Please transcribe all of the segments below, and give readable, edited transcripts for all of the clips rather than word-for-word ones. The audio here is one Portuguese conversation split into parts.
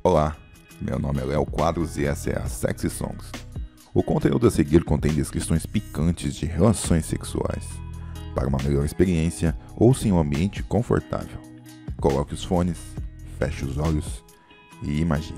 Olá, meu nome é Léo Quadros e essa é a Sexy Songs. O conteúdo a seguir contém descrições picantes de relações sexuais. Para uma melhor experiência, ouça em um ambiente confortável. Coloque os fones, feche os olhos e imagine.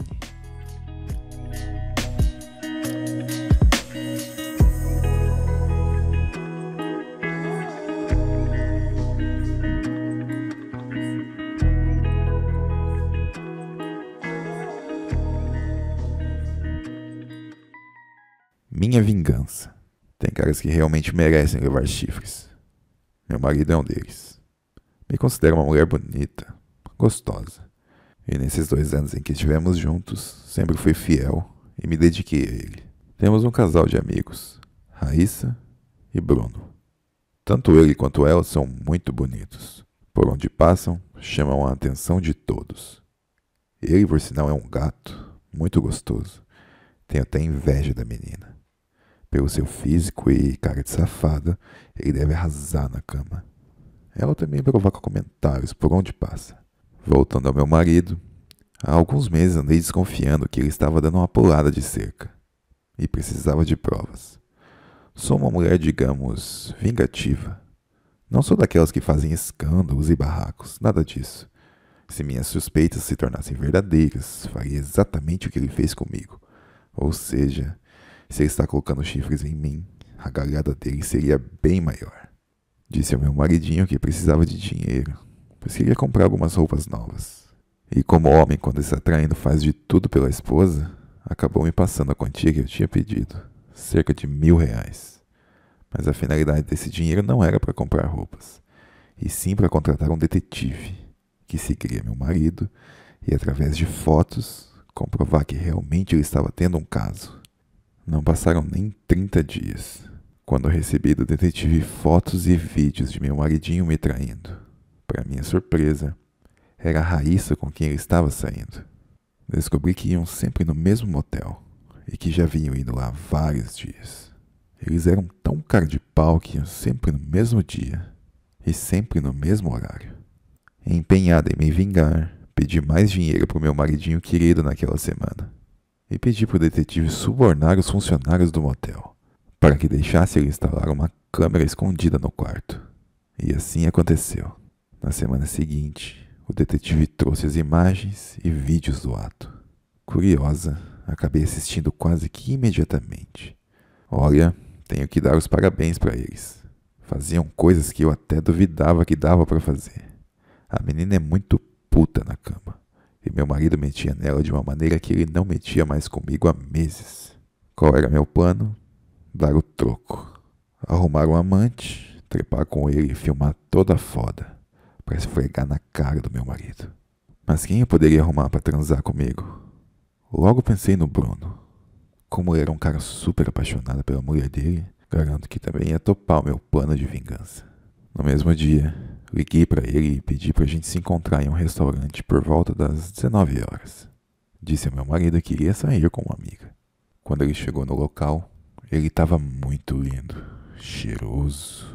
Minha vingança. Tem caras que realmente merecem levar chifres. Meu marido é um deles. Me considero uma mulher bonita, gostosa. E nesses 2 anos em que estivemos juntos, sempre fui fiel e me dediquei a ele. Temos um casal de amigos, Raíssa e Bruno. Tanto ele quanto ela são muito bonitos. Por onde passam, chamam a atenção de todos. Ele, por sinal, é um gato, muito gostoso. Tenho até inveja da menina. Pelo seu físico e cara de safada, ele deve arrasar na cama. Ela também provoca comentários por onde passa. Voltando ao meu marido, há alguns meses andei desconfiando que ele estava dando uma pulada de cerca. E precisava de provas. Sou uma mulher, digamos, vingativa. Não sou daquelas que fazem escândalos e barracos, nada disso. Se minhas suspeitas se tornassem verdadeiras, faria exatamente o que ele fez comigo. Ou seja, se ele está colocando chifres em mim, a gargalhada dele seria bem maior. Disse ao meu maridinho que precisava de dinheiro, pois queria comprar algumas roupas novas. E como homem, quando está traindo, faz de tudo pela esposa, acabou me passando a quantia que eu tinha pedido, cerca de R$1.000. Mas a finalidade desse dinheiro não era para comprar roupas, e sim para contratar um detetive, que seguiria meu marido e, através de fotos, comprovar que realmente ele estava tendo um caso. Não passaram nem 30 dias, quando recebi do detetive fotos e vídeos de meu maridinho me traindo. Para minha surpresa, era a Raíssa com quem ele estava saindo. Descobri que iam sempre no mesmo motel, e que já vinham indo lá vários dias. Eles eram tão cara de pau que iam sempre no mesmo dia, e sempre no mesmo horário. Empenhada em me vingar, pedi mais dinheiro pro meu maridinho querido naquela semana. E pedi pro detetive subornar os funcionários do motel, para que deixasse ele instalar uma câmera escondida no quarto. E assim aconteceu. Na semana seguinte, o detetive trouxe as imagens e vídeos do ato. Curiosa, acabei assistindo quase que imediatamente. Olha, tenho que dar os parabéns para eles. Faziam coisas que eu até duvidava que dava para fazer. A menina é muito puta na cama. E meu marido metia nela de uma maneira que ele não metia mais comigo há meses. Qual era meu plano? Dar o troco. Arrumar um amante, trepar com ele e filmar toda a foda, pra esfregar na cara do meu marido. Mas quem eu poderia arrumar pra transar comigo? Logo pensei no Bruno. Como ele era um cara super apaixonado pela mulher dele, garanto que também ia topar o meu plano de vingança. No mesmo dia, liguei pra ele e pedi pra gente se encontrar em um restaurante por volta das 19 horas. Disse ao meu marido que iria sair com uma amiga. Quando ele chegou no local, ele estava muito lindo, cheiroso,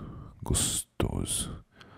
gostoso.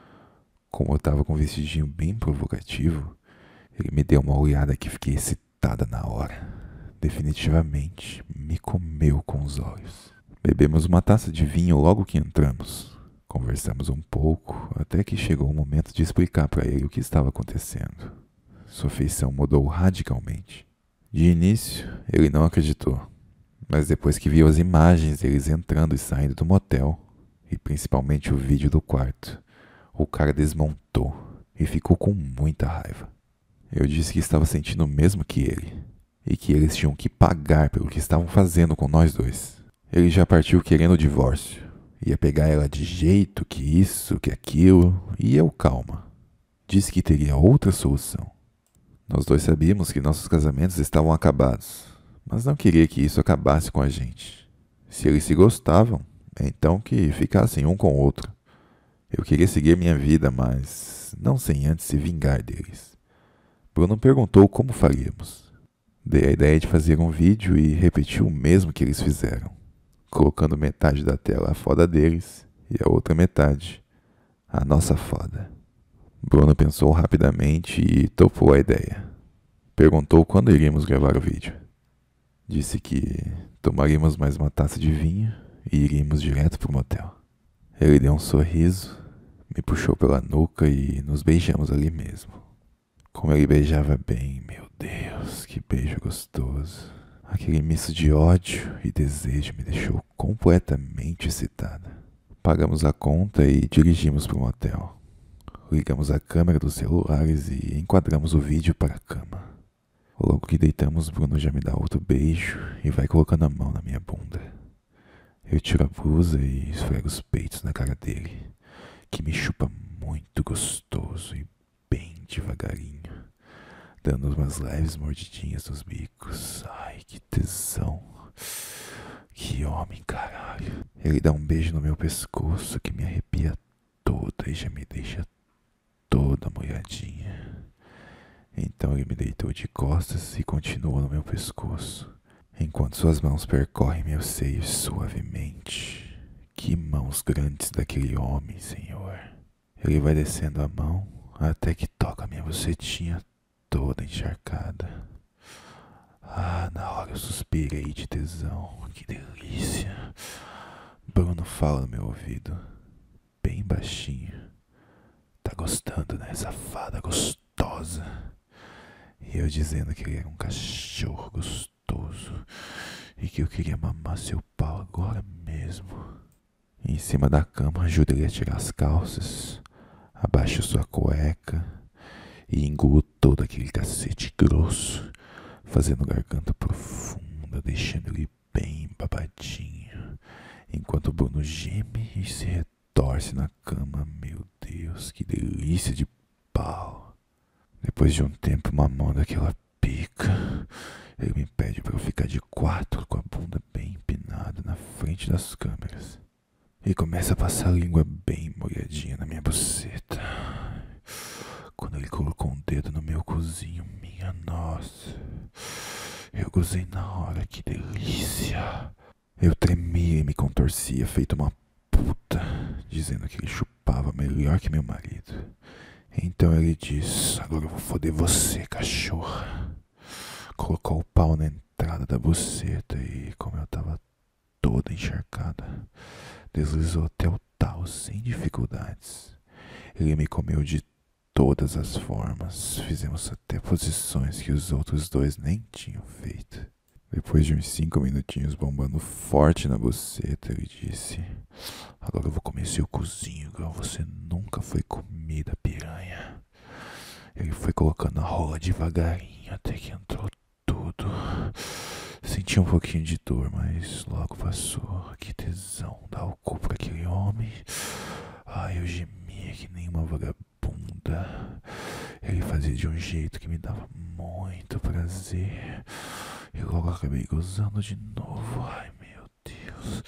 Como eu estava com um vestidinho bem provocativo, ele me deu uma olhada que fiquei excitada na hora. Definitivamente me comeu com os olhos. Bebemos uma taça de vinho logo que entramos. Conversamos um pouco, até que chegou o momento de explicar para ele o que estava acontecendo. Sua feição mudou radicalmente. De início, ele não acreditou, mas depois que viu as imagens deles entrando e saindo do motel, e principalmente o vídeo do quarto, o cara desmontou e ficou com muita raiva. Eu disse que estava sentindo o mesmo que ele, e que eles tinham que pagar pelo que estavam fazendo com nós dois. Ele já partiu querendo o divórcio. Ia pegar ela de jeito, que isso, que aquilo, e eu calma. Disse que teria outra solução. Nós dois sabíamos que nossos casamentos estavam acabados, mas não queria que isso acabasse com a gente. Se eles se gostavam, então que ficassem um com o outro. Eu queria seguir minha vida, mas não sem antes se vingar deles. Bruno perguntou como faríamos. Dei a ideia de fazer um vídeo e repetir o mesmo que eles fizeram, colocando metade da tela a foda deles e a outra metade a nossa foda. Bruno pensou rapidamente e topou a ideia. Perguntou quando iríamos gravar o vídeo. Disse que tomaríamos mais uma taça de vinho e iríamos direto pro motel. Ele deu um sorriso, me puxou pela nuca e nos beijamos ali mesmo. Como ele beijava bem, meu Deus, que beijo gostoso. Aquele misto de ódio e desejo me deixou completamente excitada. Pagamos a conta e dirigimos pro motel. Ligamos a câmera dos celulares e enquadramos o vídeo para a cama. Logo que deitamos, Bruno já me dá outro beijo e vai colocando a mão na minha bunda. Eu tiro a blusa e esfrego os peitos na cara dele, que me chupa muito gostoso e bem devagarinho, dando umas leves mordidinhas nos bicos. Ai, que tesão. Que homem, caralho. Ele dá um beijo no meu pescoço que me arrepia toda e já me deixa toda molhadinha. Então ele me deitou de costas e continuou no meu pescoço, enquanto suas mãos percorrem meu seio suavemente. Que mãos grandes daquele homem, Senhor. Ele vai descendo a mão até que toca minha bucetinha toda encharcada. Ah, na hora eu suspirei de tesão. Que delícia. Bruno fala no meu ouvido, bem baixinho. Tá gostando, né, safada gostosa? E eu dizendo que ele era um cachorro gostoso e que eu queria mamar seu pau agora mesmo. Em cima da cama, ajuda ele a tirar as calças, abaixo sua cueca e engulo todo aquele cacete grosso, fazendo garganta profunda, deixando ele bem babadinho, enquanto o Bruno geme e se retorce na cama. Meu Deus, que delícia de pau. Depois de um tempo mamando aquela pica, ele me pede para eu ficar de quatro com a bunda bem empinada na frente das câmeras. E começa a passar a língua bem molhadinha na minha buceta. Quando ele colocou um dedo no meu cozinho, minha nossa, eu gozei na hora, que delícia. Eu tremia e me contorcia feito uma puta, dizendo que ele chupava melhor que meu marido. Então ele diz: agora eu vou foder você, cachorra. Colocou o pau na entrada da buceta e, como eu tava toda encharcada, deslizou até o tal sem dificuldades. Ele me comeu de todas as formas. Fizemos até posições que os outros dois nem tinham feito. Depois de uns 5 minutinhos bombando forte na buceta, ele disse: agora eu vou comer seu cozinho, igual você nunca foi comida, piranha. Ele foi colocando a rola devagarinho até que entrou tudo. Senti um pouquinho de dor, mas logo passou. Que tesão dar o cu pra aquele homem. Ai, eu gemia que nem uma vagabunda. Ele fazia de um jeito que me dava muito prazer. E logo acabei gozando de novo. Ai, meu Deus.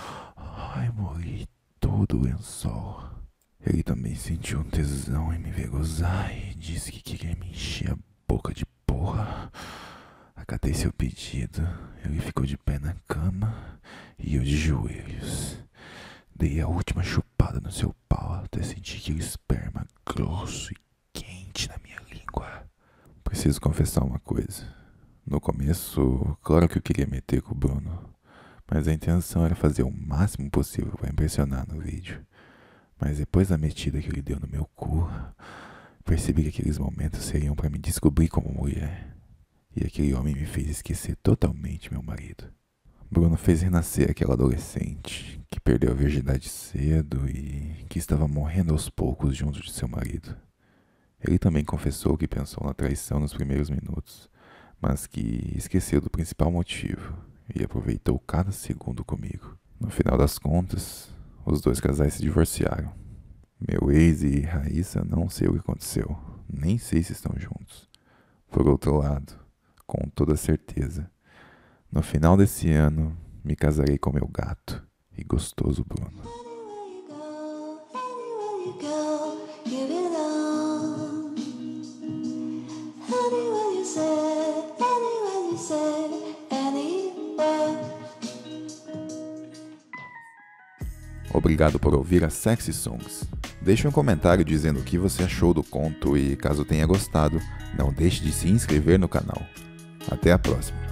Ai, molhei todo o lençol. Ele também sentiu um tesão em me ver gozar e disse que queria me encher a boca de porra. Acatei seu pedido. Ele ficou de pé na cama e eu de joelhos. Dei a última chupada no seu pau até sentir aquele esperma grosso e quente na minha língua. Preciso confessar uma coisa. No começo, claro que eu queria meter com o Bruno, mas a intenção era fazer o máximo possível para impressionar no vídeo. Mas depois da metida que ele deu no meu cu, percebi que aqueles momentos seriam para me descobrir como mulher. E aquele homem me fez esquecer totalmente meu marido. Bruno fez renascer aquela adolescente que perdeu a virgindade cedo e que estava morrendo aos poucos junto de seu marido. Ele também confessou que pensou na traição nos primeiros minutos, mas que esqueceu do principal motivo e aproveitou cada segundo comigo. No final das contas, os dois casais se divorciaram. Meu ex e Raíssa não sei o que aconteceu, nem sei se estão juntos. Por outro lado, com toda certeza, no final desse ano me casarei com meu gato e gostoso Bruno. Obrigado por ouvir a Sexy Songs. Deixe um comentário dizendo o que você achou do conto e, caso tenha gostado, não deixe de se inscrever no canal. Até a próxima!